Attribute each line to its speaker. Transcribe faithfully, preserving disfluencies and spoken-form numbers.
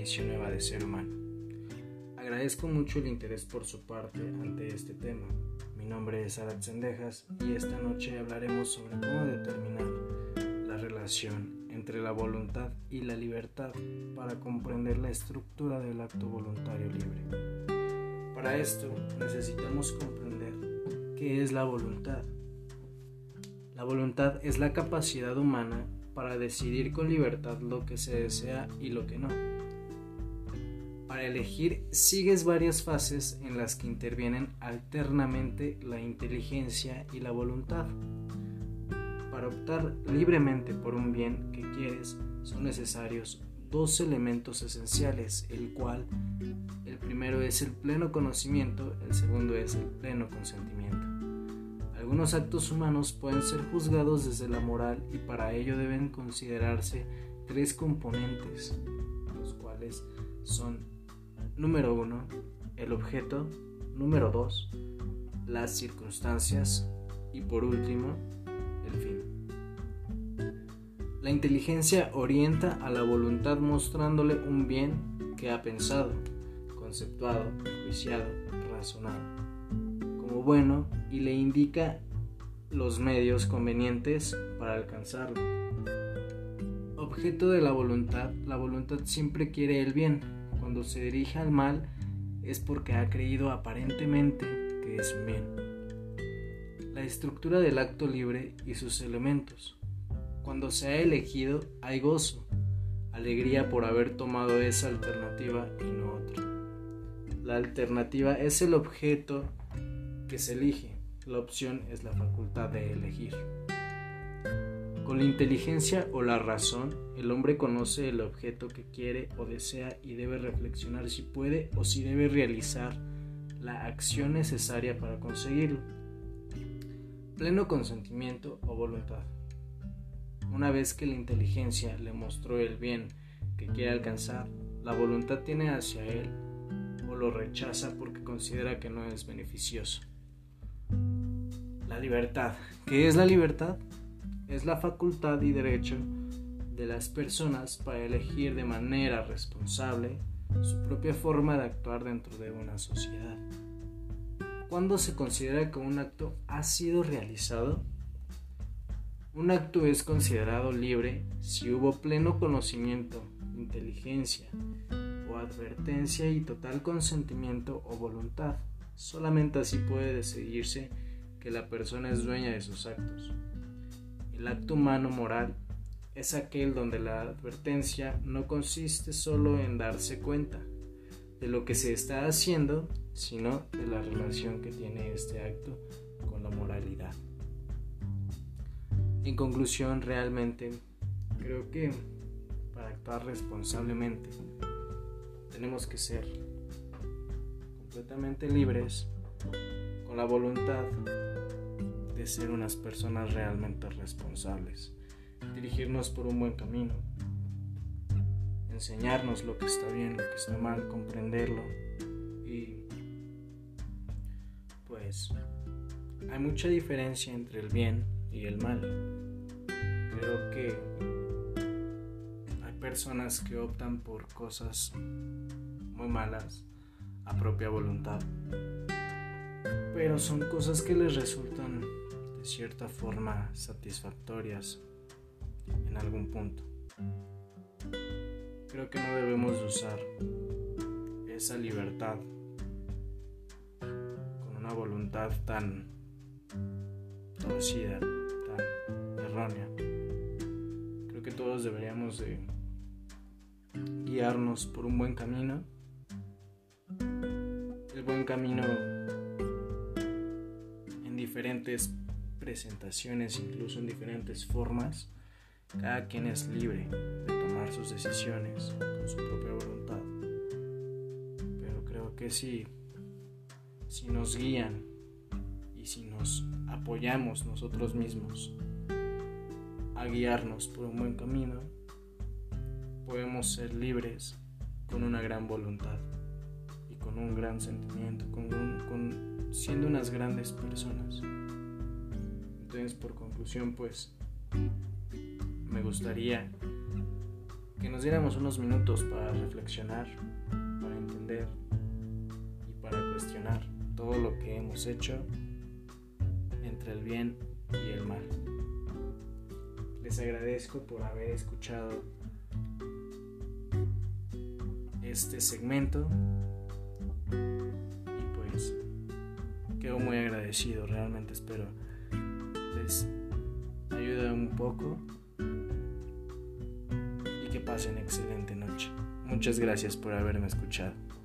Speaker 1: definición nueva de ser humano. Agradezco mucho el interés por su parte ante este tema. Mi nombre es Arad Sendejas y esta noche hablaremos sobre cómo determinar la relación entre la voluntad y la libertad para comprender la estructura del acto voluntario libre. Para esto necesitamos comprender qué es la voluntad. La voluntad es la capacidad humana para decidir con libertad lo que se desea y lo que no. Para elegir sigues varias fases en las que intervienen alternamente la inteligencia y la voluntad. Para optar libremente por un bien que quieres son necesarios dos elementos esenciales, el cual el primero es el pleno conocimiento, el segundo es el pleno consentimiento. Algunos actos humanos pueden ser juzgados desde la moral y para ello deben considerarse tres componentes, los cuales son: número uno, el objeto; número dos, las circunstancias; y por último, el fin. La inteligencia orienta a la voluntad mostrándole un bien que ha pensado, conceptuado, juiciado, razonado como bueno y le indica los medios convenientes para alcanzarlo. Objeto de la voluntad: la voluntad siempre quiere el bien. Cuando se dirige al mal es porque ha creído aparentemente que es un bien. La estructura del acto libre y sus elementos: cuando se ha elegido hay gozo, alegría por haber tomado esa alternativa y no otra. La alternativa es el objeto que se elige, la opción es la facultad de elegir. Con la inteligencia o la razón, el hombre conoce el objeto que quiere o desea y debe reflexionar si puede o si debe realizar la acción necesaria para conseguirlo. Pleno consentimiento o voluntad: una vez que la inteligencia le mostró el bien que quiere alcanzar, la voluntad tiene hacia él o lo rechaza porque considera que no es beneficioso. La libertad. ¿Qué es la libertad? Es la facultad y derecho de las personas para elegir de manera responsable su propia forma de actuar dentro de una sociedad. ¿Cuándo se considera que un acto ha sido realizado? Un acto es considerado libre si hubo pleno conocimiento, inteligencia o advertencia y total consentimiento o voluntad. Solamente así puede decidirse que la persona es dueña de sus actos. El acto humano moral es aquel donde la advertencia no consiste solo en darse cuenta de lo que se está haciendo, sino de la relación que tiene este acto con la moralidad. En conclusión, realmente creo que para actuar responsablemente tenemos que ser completamente libres, con la voluntad de ser unas personas realmente responsables, dirigirnos por un buen camino, enseñarnos lo que está bien, lo que está mal, comprenderlo. Y pues hay mucha diferencia entre el bien y el mal. Creo que hay personas que optan por cosas muy malas a propia voluntad, pero son cosas que les resultan de cierta forma satisfactorias en algún punto. Creo que no debemos de usar esa libertad con una voluntad tan torcida, tan errónea. Creo que todos deberíamos de guiarnos por un buen camino. El buen camino en diferentes presentaciones, incluso en diferentes formas. Cada quien es libre de tomar sus decisiones con su propia voluntad. Pero creo que si, si nos guían y si nos apoyamos nosotros mismos a guiarnos por un buen camino, podemos ser libres con una gran voluntad y con un gran sentimiento, con, un, con siendo unas grandes personas. Entonces, por conclusión, pues me gustaría que nos diéramos unos minutos para reflexionar, para entender y para cuestionar todo lo que hemos hecho entre el bien y el mal. Les agradezco por haber escuchado este segmento y pues quedo muy agradecido. Realmente espero les ayude un poco y que pasen excelente noche. Muchas gracias por haberme escuchado.